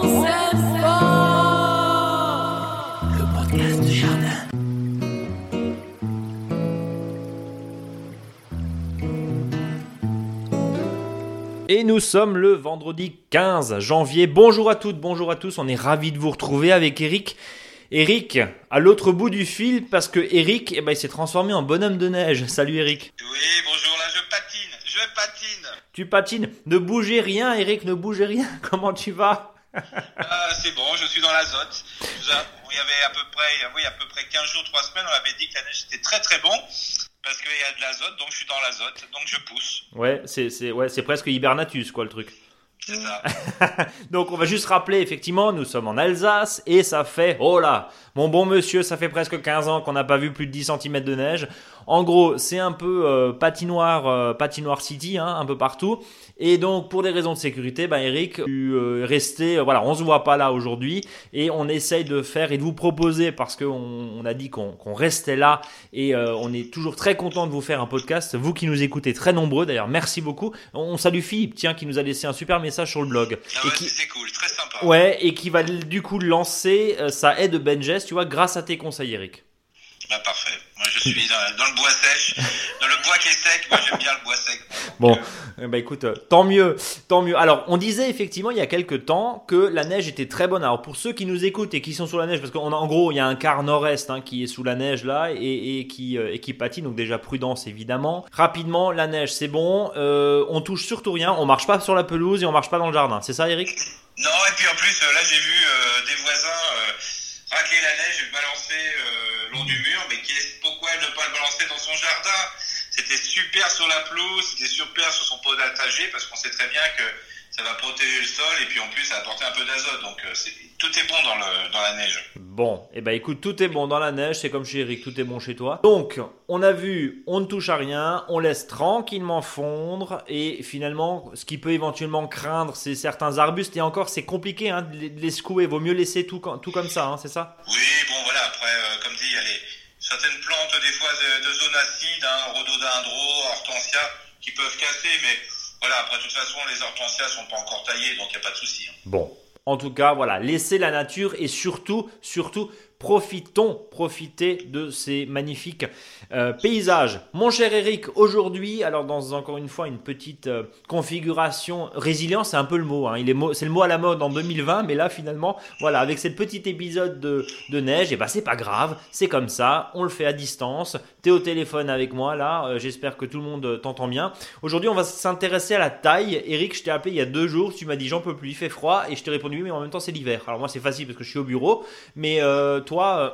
c'est fort. Le podcast de jardin. Et nous sommes le vendredi 15 janvier. Bonjour à toutes, bonjour à tous. On est ravis de vous retrouver avec Eric. Eric, à l'autre bout du fil, parce que Eric, il s'est transformé en bonhomme de neige. Salut Eric. Oui, bonjour, là je patine. Tu patines. Ne bougez rien Eric, ne bougez rien. Comment tu vas ? C'est bon, je suis dans l'azote. Il y avait à peu près 15 jours, 3 semaines, on avait dit que la neige était très très bon. Parce qu'il y a de l'azote, donc je suis dans l'azote, donc je pousse. Ouais, c'est presque hibernatus quoi le truc. C'est ça. Donc on va juste rappeler, effectivement, nous sommes en Alsace et ça fait, oh là, mon bon monsieur, ça fait presque 15 ans qu'on n'a pas vu plus de 10 cm de neige. En gros, c'est un peu patinoire city, hein, un peu partout. Et donc, pour des raisons de sécurité, Eric, rester, on se voit pas là aujourd'hui et on essaye de faire et de vous proposer, parce qu'on a dit qu'on restait là et on est toujours très content de vous faire un podcast. Vous qui nous écoutez, très nombreux d'ailleurs, merci beaucoup. On salue Philippe, qui nous a laissé un super message sur le blog. Ah ouais, c'est cool, très sympa. Ouais, et qui va du coup lancer sa haie de Benjes, tu vois, grâce à tes conseils, Eric. Parfait. Moi, je suis dans le bois sèche. Dans le bois qui est sec, moi, j'aime bien le bois sec. Bon, écoute, tant mieux. Alors, on disait effectivement il y a quelques temps que la neige était très bonne. Alors, pour ceux qui nous écoutent et qui sont sous la neige, parce qu'en gros, il y a un quart nord-est qui est sous la neige là et qui patine, donc déjà prudence évidemment. Rapidement, la neige, c'est bon. On touche surtout rien. On marche pas sur la pelouse et on marche pas dans le jardin. C'est ça, Eric ? Non, et puis en plus, là, j'ai vu des voisins racler la neige et le balancer le long du mur, mais pourquoi ne pas le balancer dans son jardin ? C'était super sur la pelouse, c'était super sur son pot d'attaché, parce qu'on sait très bien que ça va protéger le sol et puis en plus ça va apporter un peu d'azote, donc tout est bon dans la neige. Bon, écoute, tout est bon dans la neige, c'est comme chez Eric, tout est bon chez toi. Donc, on a vu, on ne touche à rien, on laisse tranquillement fondre et finalement, ce qui peut éventuellement craindre, c'est certains arbustes et encore, c'est compliqué de les secouer, vaut mieux laisser tout comme ça, c'est ça ? Oui, bon voilà, après, comme dit, il y a certaines plantes des fois de zone acide, rhododendron, hortensia, qui peuvent casser, mais voilà, après de toute façon, les hortensias sont pas encore taillées, donc il n'y a pas de souci. Bon. En tout cas, voilà, laissez la nature et surtout, profitez de ces magnifiques paysages. Mon cher Eric, aujourd'hui, alors dans encore une fois une petite configuration, résilience, c'est un peu le mot, c'est le mot à la mode en 2020, mais là finalement, voilà, avec cette petite épisode de neige, c'est pas grave, c'est comme ça, on le fait à distance. T'es au téléphone avec moi là, j'espère que tout le monde t'entend bien. Aujourd'hui, on va s'intéresser à la taille. Eric, je t'ai appelé il y a 2 jours, tu m'as dit j'en peux plus, il fait froid, et je t'ai répondu oui, mais en même temps c'est l'hiver. Alors moi c'est facile parce que je suis au bureau, mais toi,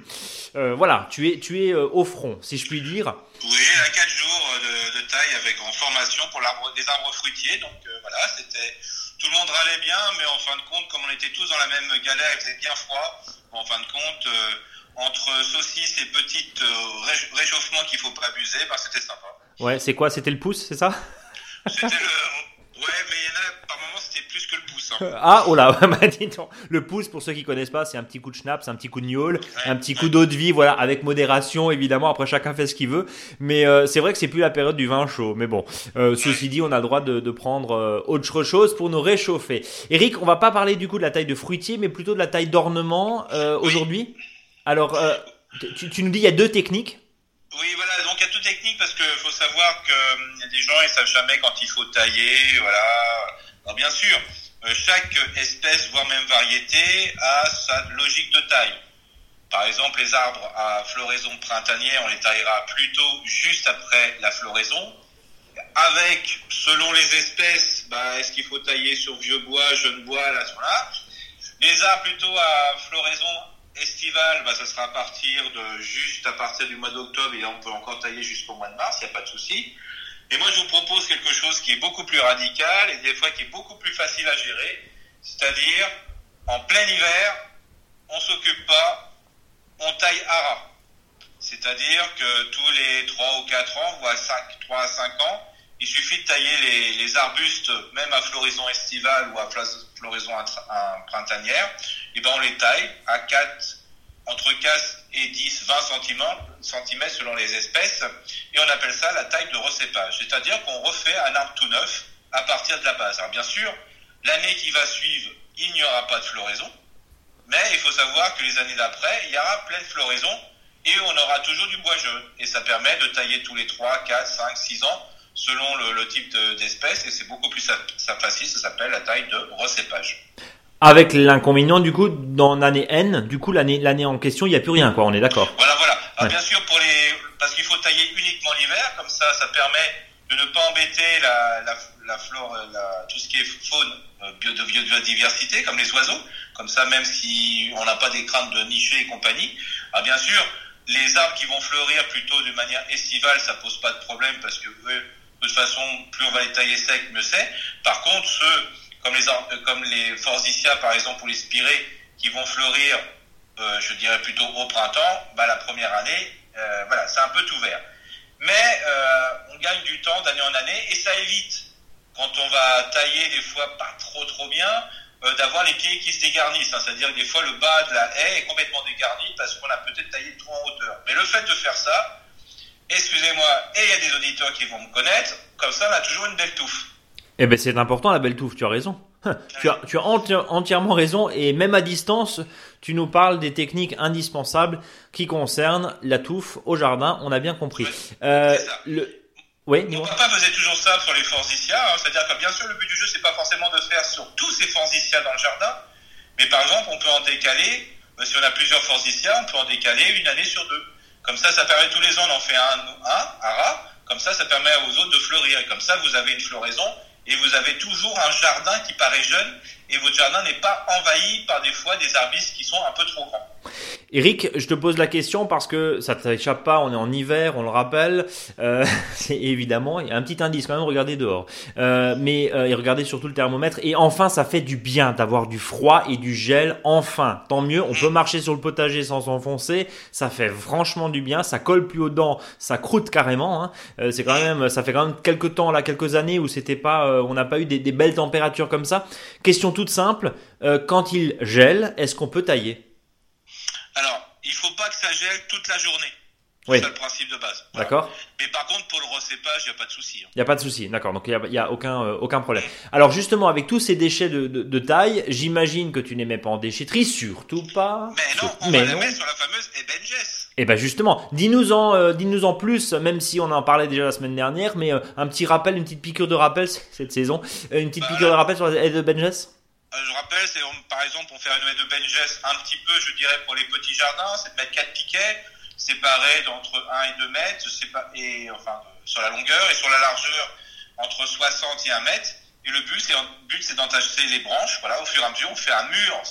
voilà, tu es au front, si je puis dire. Oui, à 4 jours de taille en formation pour des arbres fruitiers, donc voilà, tout le monde râlait bien, mais en fin de compte, comme on était tous dans la même galère, il faisait bien froid, en fin de compte, entre saucisses et petites réchauffements qu'il faut pas abuser, c'était sympa. Ouais, c'est quoi ? C'était le pouce, c'est ça ? C'était Ouais, mais il y en a, par moment, c'était plus que le pouce. Ah, oh là, dis donc. Le pouce, pour ceux qui connaissent pas, c'est un petit coup de schnapp, c'est un petit coup de gnôle, un petit coup d'eau de vie, voilà, avec modération, évidemment. Après, chacun fait ce qu'il veut. Mais c'est vrai que c'est plus la période du vin chaud. Mais bon, ceci dit, on a le droit de prendre autre chose pour nous réchauffer. Eric, on va pas parler du coup de la taille de fruitier, mais plutôt de la taille d'ornement aujourd'hui. Alors, tu nous dis, il y a 2 techniques. Oui, voilà, donc il y a toute technique parce que faut savoir que y a des gens, ils savent jamais quand il faut tailler, voilà. Alors bien sûr, chaque espèce, voire même variété, a sa logique de taille. Par exemple, les arbres à floraison printanière, on les taillera plutôt juste après la floraison. Avec, selon les espèces, est-ce qu'il faut tailler sur vieux bois, jeune bois, là, voilà. Les arbres plutôt à floraison estivale, ça sera juste à partir du mois d'octobre, et on peut encore tailler jusqu'au mois de mars, il n'y a pas de souci. Et moi, je vous propose quelque chose qui est beaucoup plus radical et des fois qui est beaucoup plus facile à gérer, c'est-à-dire, en plein hiver, on s'occupe pas, on taille à ras. C'est-à-dire que tous les 3 ou 4 ans, voire 3 à 5 ans, il suffit de tailler les arbustes, même à floraison estivale ou à floraison printanière, et on les taille à entre 4 et 10, 20 cm selon les espèces, et on appelle ça la taille de recépage. C'est-à-dire qu'on refait un arbre tout neuf à partir de la base. Alors bien sûr, l'année qui va suivre, il n'y aura pas de floraison. Mais il faut savoir que les années d'après, il y aura pleine floraison et on aura toujours du bois jeune. Et ça permet de tailler tous les 3, 4, 5, 6 ans selon le type d'espèce. Et c'est beaucoup plus facile, ça s'appelle la taille de recépage. Avec l'inconvénient, du coup, dans l'année N, du coup, l'année en question, il n'y a plus rien, quoi, on est d'accord. Voilà. Alors, bien sûr, parce qu'il faut tailler uniquement l'hiver, comme ça permet de ne pas embêter la flore, tout ce qui est faune de biodiversité, comme les oiseaux. Comme ça, même si on n'a pas des craintes de nicher et compagnie. Alors, bien sûr, les arbres qui vont fleurir plutôt de manière estivale, ça pose pas de problème parce que eux, de toute façon, plus on va les tailler secs, mieux c'est. Par contre, ceux comme les forsythias par exemple ou les spirées qui vont fleurir, je dirais plutôt au printemps, la première année, c'est un peu tout vert. Mais on gagne du temps d'année en année et ça évite, quand on va tailler des fois pas trop bien, d'avoir les pieds qui se dégarnissent. C'est-à-dire que des fois le bas de la haie est complètement dégarni parce qu'on a peut-être taillé trop en hauteur. Mais le fait de faire ça, excusez-moi, et il y a des auditeurs qui vont me connaître, comme ça on a toujours une belle touffe. Eh ben c'est important la belle touffe, tu as raison. Tu as entièrement raison et même à distance, tu nous parles des techniques indispensables qui concernent la touffe au jardin, on a bien compris. C'est ça. Oui, mon papa faisait toujours ça sur les forsythias, c'est-à-dire que bien sûr le but du jeu c'est pas forcément de faire sur tous ces forsythias dans le jardin, mais par exemple on peut en décaler, si on a plusieurs forsythias, on peut en décaler une année sur 2. Comme ça permet tous les ans on en fait un rat, comme ça permet aux autres de fleurir et comme ça vous avez une floraison. Et vous avez toujours un jardin qui paraît jeune et votre jardin n'est pas envahi par des fois des arbustes qui sont un peu trop grands. Eric, je te pose la question parce que ça t'échappe pas, on est en hiver, on le rappelle. C'est évidemment, il y a un petit indice quand même, regardez dehors. Et regardez surtout le thermomètre. Et enfin, ça fait du bien d'avoir du froid et du gel. Enfin, tant mieux, on peut marcher sur le potager sans s'enfoncer. Ça fait franchement du bien, ça colle plus aux dents, ça croûte carrément. Hein. Ça fait quand même quelques années où c'était pas, on n'a pas eu des belles températures comme ça. Question toute simple, quand il gèle, est-ce qu'on peut tailler ? Alors, il faut pas que ça gèle toute la journée. C'est ça le principe de base. Voilà. D'accord. Mais par contre, pour le recépage, il n'y a pas de souci. Il n'y a pas de souci, d'accord. Donc, il y a aucun problème. Alors, justement, avec tous ces déchets de taille, j'imagine que tu ne les mets pas en déchetterie, surtout pas. Mais non, on va les mettre sur la fameuse Ebenjes. Eh ben justement, dis-nous en plus, même si on en parlait déjà la semaine dernière, mais un petit rappel, une petite piqûre de rappel cette saison, une petite piqûre de rappel sur la Ebenjes. Je rappelle, par exemple, on fait un haie de Benjes un petit peu, je dirais, pour les petits jardins, c'est de mettre 4 piquets séparés d'entre 1 et 2 mètres, sur la longueur et sur la largeur entre 60 et 1 mètre. Et le but, c'est d'entacher les branches. Voilà, au fur et à mesure, on fait un mur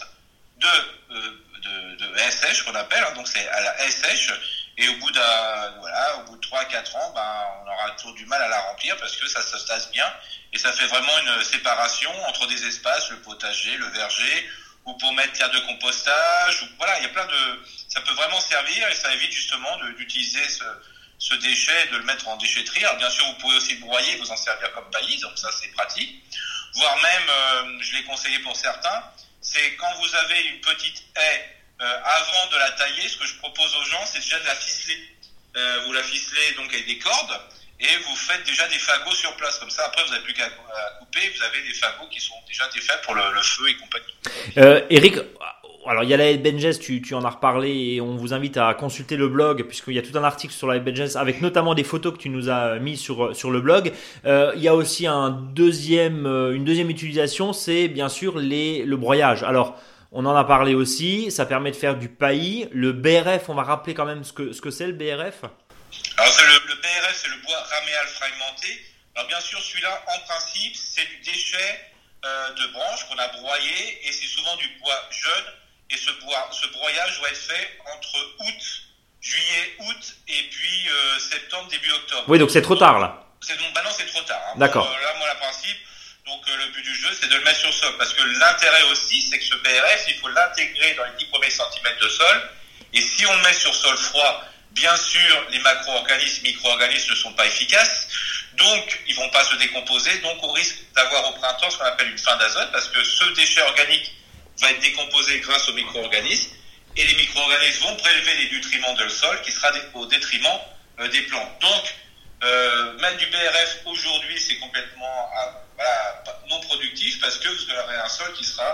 de haie sèche qu'on appelle, donc c'est à la haie sèche. Et au bout de 3-4 ans, on aura toujours du mal à la remplir parce que ça se tasse bien. Et ça fait vraiment une séparation entre des espaces, le potager, le verger, ou pour mettre terre de compostage. Il y a ça peut vraiment servir et ça évite justement d'utiliser ce déchet, de le mettre en déchetterie. Alors bien sûr, vous pouvez aussi le broyer, vous en servir comme paillis, donc ça c'est pratique. Voire même, je l'ai conseillé pour certains, c'est quand vous avez une petite haie, avant de la tailler, ce que je propose aux gens, c'est déjà de la ficeler. Vous la ficelez donc avec des cordes et vous faites déjà des fagots sur place. Comme ça, après, vous n'avez plus qu'à couper. Vous avez des fagots qui sont déjà faits pour le feu et compagnie. Eric, alors il y a la Ebenjes, tu en as reparlé et on vous invite à consulter le blog puisqu'il y a tout un article sur la Ebenjes avec notamment des photos que tu nous as mis sur le blog. Il y a aussi une deuxième utilisation, c'est bien sûr le broyage. Alors, on en a parlé aussi, ça permet de faire du paillis. Le BRF, on va rappeler quand même ce que c'est le BRF. Alors le BRF, c'est le bois raméal fragmenté. Alors bien sûr, celui-là, en principe, c'est du déchet de branches qu'on a broyé et c'est souvent du bois jeune. Et ce broyage doit être fait entre juillet, août et puis septembre, début octobre. Oui, donc c'est trop tard là. Non, c'est trop tard. Hein. D'accord. Le principe, le but du jeu, c'est de le mettre sur le sol. Parce que l'intérêt aussi, c'est que ce BRF, il faut l'intégrer dans les 10 premiers centimètres de sol. Et si on le met sur sol froid, bien sûr, les micro-organismes ne sont pas efficaces. Donc, ils vont pas se décomposer. Donc, on risque d'avoir au printemps ce qu'on appelle une fin d'azote. Parce que ce déchet organique va être décomposé grâce aux micro-organismes. Et les micro-organismes vont prélever les nutriments de le sol qui sera au détriment des plantes. Donc, mettre du BRF aujourd'hui, c'est complètement non productif parce que vous aurez un sol qui sera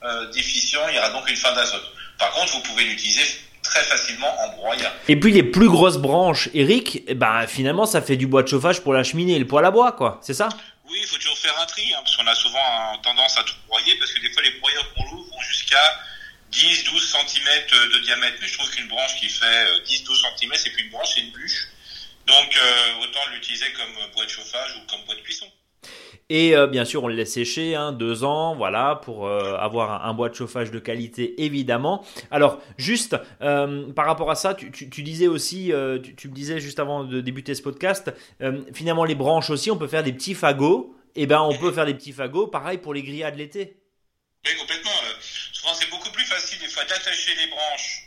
déficient, il y aura donc une fin d'azote. Par contre, vous pouvez l'utiliser très facilement en broyat. Et puis les plus grosses branches, Eric, finalement ça fait du bois de chauffage pour la cheminée et le poêle à bois, quoi, c'est ça? Oui, il faut toujours faire un tri, parce qu'on a souvent tendance à tout broyer, parce que des fois les broyeurs qu'on loue vont jusqu'à 10-12 cm de diamètre. Mais je trouve qu'une branche qui fait 10-12 cm, c'est plus une branche, c'est une bûche. Donc autant l'utiliser comme bois de chauffage ou comme bois de cuisson. Et bien sûr, on le laisse sécher 2 ans, voilà, pour avoir un bois de chauffage de qualité, évidemment. Alors, juste par rapport à ça, tu disais aussi, tu me disais juste avant de débuter ce podcast, finalement les branches aussi, on peut faire des petits fagots. Et on peut faire des petits fagots, pareil pour les grillades l'été. Oui, complètement. Souvent, c'est beaucoup plus facile des fois d'attacher les branches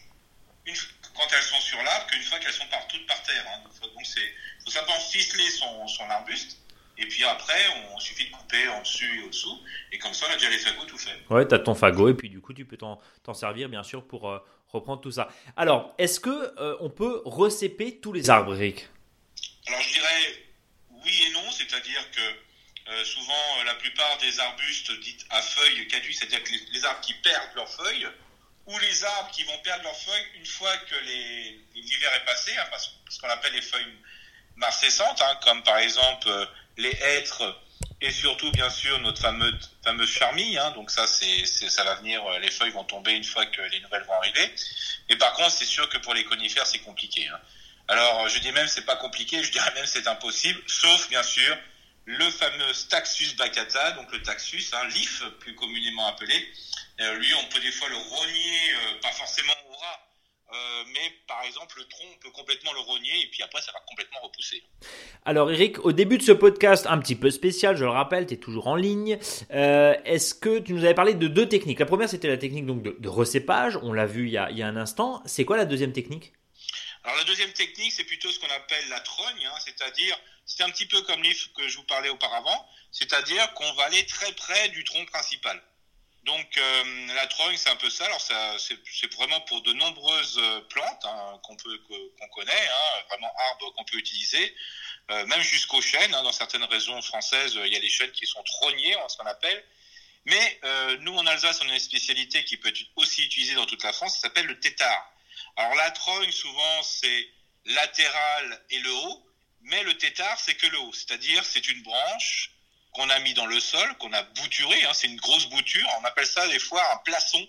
quand elles sont sur l'arbre qu'une fois qu'elles sont toutes par terre. Donc, faut simplement ficeler son arbuste. Et puis après, on suffit de couper en dessus et au-dessous. Et comme ça, on a déjà les fagots tout fait. Ouais, t'as ton fagot et puis du coup, tu peux t'en servir bien sûr pour reprendre tout ça. Alors, est-ce que on peut recéper tous les arbres, Eric? Alors, je dirais oui et non. C'est-à-dire que souvent, la plupart des arbustes dits à feuilles caduques, c'est-à-dire que les arbres qui perdent leurs feuilles, ou les arbres qui vont perdre leurs feuilles une fois que l'hiver est passé, ce qu'on appelle les feuilles marcescentes, comme par exemple les hêtres et surtout bien sûr notre fameuse charmille. Donc ça va venir, les feuilles vont tomber une fois que les nouvelles vont arriver. Mais par contre, c'est sûr que pour les conifères, c'est compliqué. Alors je dis même c'est pas compliqué, je dirais même c'est impossible, sauf bien sûr le fameux Taxus baccata, donc le Taxus, l'if plus communément appelé. Lui, on peut des fois le rogner, pas forcément au ras, mais par exemple le tronc, on peut complètement le rogner et puis après ça va complètement repousser. Alors Eric, au début de ce podcast un petit peu spécial, je le rappelle, tu es toujours en ligne, est-ce que tu nous avais parlé de 2 techniques? La première c'était la technique donc de recépage, on l'a vu il y a un instant. C'est quoi la deuxième technique? Alors la deuxième technique, c'est plutôt ce qu'on appelle la trogne, c'est-à-dire, c'est un petit peu comme l'if que je vous parlais auparavant, c'est-à-dire qu'on va aller très près du tronc principal. Donc la trogne, c'est un peu ça. Alors c'est vraiment pour de nombreuses plantes qu'on connaît, vraiment arbres qu'on peut utiliser, même jusqu'aux chênes. Dans certaines régions françaises, il y a les chênes qui sont trognés, ce qu'on appelle. Mais nous en Alsace, on a une spécialité qui peut être aussi utilisée dans toute la France, ça s'appelle le tétard. Alors la trogne, souvent, c'est latéral et le haut, mais le tétard, c'est que le haut. C'est-à-dire, c'est une branche qu'on a mis dans le sol, qu'on a bouturé, c'est une grosse bouture. On appelle ça des fois un plaçon.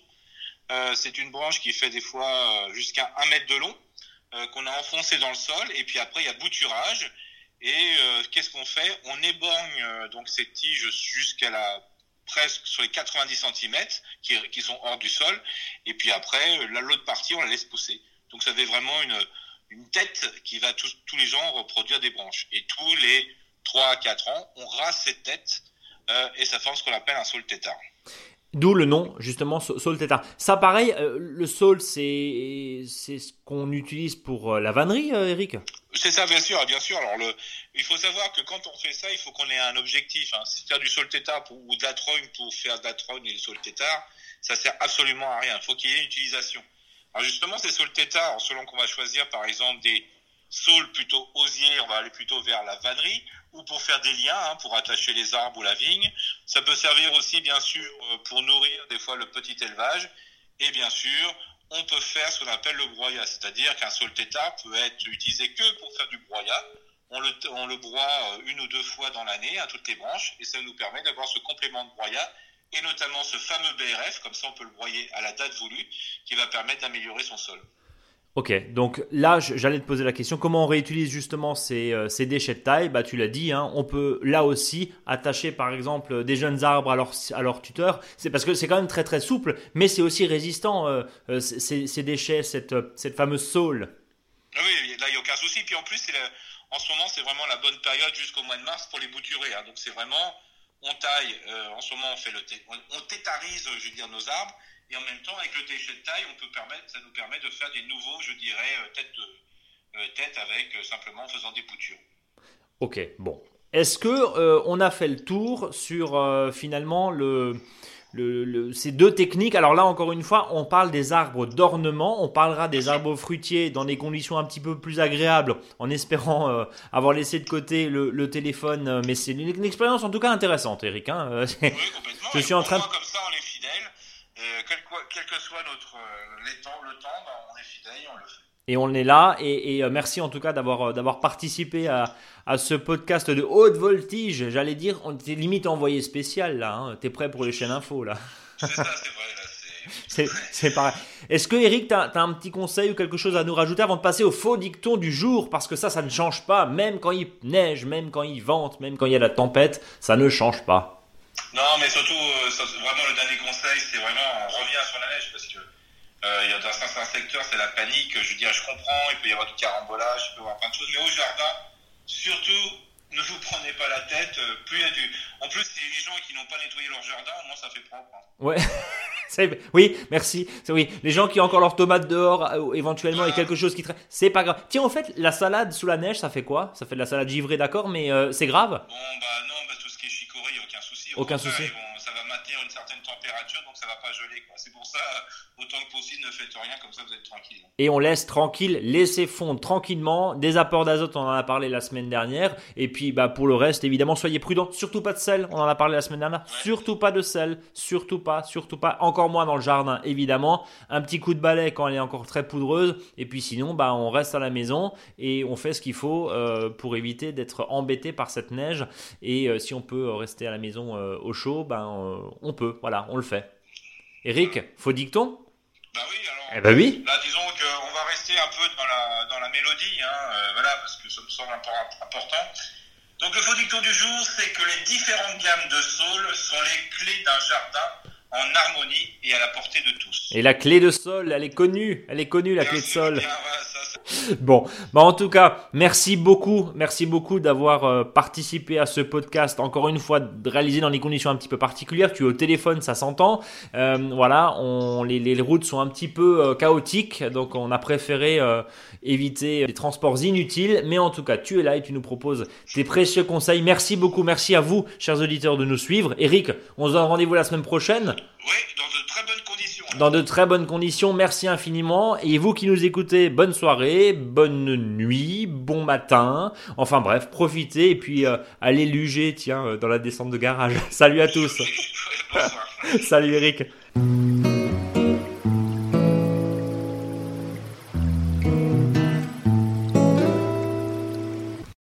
C'est une branche qui fait des fois jusqu'à 1 mètre de long, qu'on a enfoncé dans le sol, et puis après il y a bouturage. Et qu'est-ce qu'on fait? On éborgne donc ces tiges jusqu'à presque sur les 90 cm qui sont hors du sol, et puis après l'autre partie on la laisse pousser. Donc ça fait vraiment une tête qui va tous les gens reproduire des branches. Et tous les 3 à 4 ans, on rase cette tête et ça forme ce qu'on appelle un saule tétard. D'où le nom, justement, saule tétard. Ça, pareil, le saule, c'est ce qu'on utilise pour la vannerie, Eric? C'est ça, bien sûr. Alors, il faut savoir que quand on fait ça, il faut qu'on ait un objectif. Si faire du saule tétard ou de la trogne pour faire de la trogne et du saule tétard, ça sert absolument à rien. Il faut qu'il y ait une utilisation. Alors justement, ces saules tétard, selon qu'on va choisir, par exemple, des saules plutôt osiers, on va aller plutôt vers la vannerie, ou pour faire des liens, pour attacher les arbres ou la vigne. Ça peut servir aussi, bien sûr, pour nourrir des fois le petit élevage. Et bien sûr, on peut faire ce qu'on appelle le broyat, c'est-à-dire qu'un saule tétard peut être utilisé que pour faire du broyat. On le broie 1 ou 2 fois dans l'année, toutes les branches, et ça nous permet d'avoir ce complément de broyat, et notamment ce fameux BRF, comme ça on peut le broyer à la date voulue, qui va permettre d'améliorer son sol. Ok, donc là, j'allais te poser la question, comment on réutilise justement ces déchets de taille? Tu l'as dit, on peut là aussi attacher par exemple des jeunes arbres à leur tuteur. C'est parce que c'est quand même très très souple, mais c'est aussi résistant, ces déchets, cette fameuse saule. Oui, là il n'y a aucun souci. Puis en plus, en ce moment, c'est vraiment la bonne période jusqu'au mois de mars pour les bouturer. Donc c'est vraiment, on taille, en ce moment on tétarise, je veux dire, nos arbres. Et en même temps, avec le déchet de taille, ça nous permet de faire des nouveaux, je dirais, têtes avec simplement en faisant des boutures. Ok, bon. Est-ce que on a fait le tour sur finalement ces 2 techniques? Alors là, encore une fois, on parle des arbres d'ornement. On parlera des arbres fruitiers dans des conditions un petit peu plus agréables, en espérant avoir laissé de côté le téléphone. Mais c'est une expérience en tout cas intéressante, Eric. Oui, complètement. Je suis en train de... Comme ça, on est fidèle. Et quel que soit le temps, ben, on est fidèle et on le fait. Et on est là, et merci en tout cas d'avoir participé à ce podcast de haute voltige. J'allais dire, on t'est limite envoyé spécial là, hein. T'es prêt pour les chaînes info là. C'est ça, c'est vrai, là, C'est pareil. Est-ce que Eric, t'as un petit conseil ou quelque chose à nous rajouter avant de passer au faux dicton du jour? Parce que ça ne change pas, même quand il neige, même quand il vente, même quand il y a la tempête, ça ne change pas. Non, mais surtout, vraiment le dernier conseil, c'est vraiment, on revient sur la neige, parce que il y a dans certains secteurs, c'est la panique. Je veux dire, je comprends, il peut y avoir du carambolage, il peut y avoir plein de choses, mais au jardin, surtout, ne vous prenez pas la tête. Plus il y a En plus, c'est les gens qui n'ont pas nettoyé leur jardin, au moins ça fait propre. Hein. Ouais. Oui, merci. Oui, les gens qui ont encore leurs tomates dehors, éventuellement, et quelque chose qui traîne, c'est pas grave. Tiens, en fait, la salade sous la neige, ça fait quoi? Ça fait de la salade givrée, d'accord, mais c'est grave? Bon, bah non, bah, tout ce qui est chicorée, il n'y a aucun souci. Aucun souci. Ça va maintenir une certaine température, donc ça va pas geler, quoi. C'est pour ça, autant que possible, ne faites rien, comme ça vous êtes tranquille. Et on laisse tranquille, laissez fondre tranquillement. Des apports d'azote, on en a parlé la semaine dernière. Et puis bah pour le reste, évidemment, soyez prudents. Surtout pas de sel, on en a parlé la semaine dernière. Ouais. Surtout pas de sel, surtout pas. Encore moins dans le jardin, évidemment. Un petit coup de balai quand elle est encore très poudreuse. Et puis sinon, bah on reste à la maison et on fait ce qu'il faut pour éviter d'être embêté par cette neige. Et si on peut rester à la maison au chaud, on peut. Voilà, on le fait. Eric, faux dicton? Bah oui, alors. Eh ben oui. Là, disons qu'on va rester un peu dans la mélodie, hein, voilà, parce que ça me semble important. Donc le faux dicton du jour, c'est que les différentes gammes de saules sont les clés d'un jardin en harmonie et à la portée de tous. Et la clé de sol, elle est connue la bien clé sûr, de sol. Bien, voilà, ça. Bon, en tout cas, merci beaucoup d'avoir participé à ce podcast. Encore une fois, réalisé dans des conditions un petit peu particulières. Tu es au téléphone, ça s'entend. Voilà, les routes sont un petit peu chaotiques, donc on a préféré éviter des transports inutiles. Mais en tout cas, tu es là et tu nous proposes tes précieux conseils. Merci beaucoup, merci à vous, chers auditeurs, de nous suivre. Eric, on se donne rendez-vous la semaine prochaine. Oui, dans de très bonnes conditions. Dans de très bonnes conditions, merci infiniment. Et vous qui nous écoutez, bonne soirée, bonne nuit, bon matin. Enfin bref, profitez et puis allez luger, tiens, dans la descente de garage. Salut à tous. Bonsoir. Salut Eric.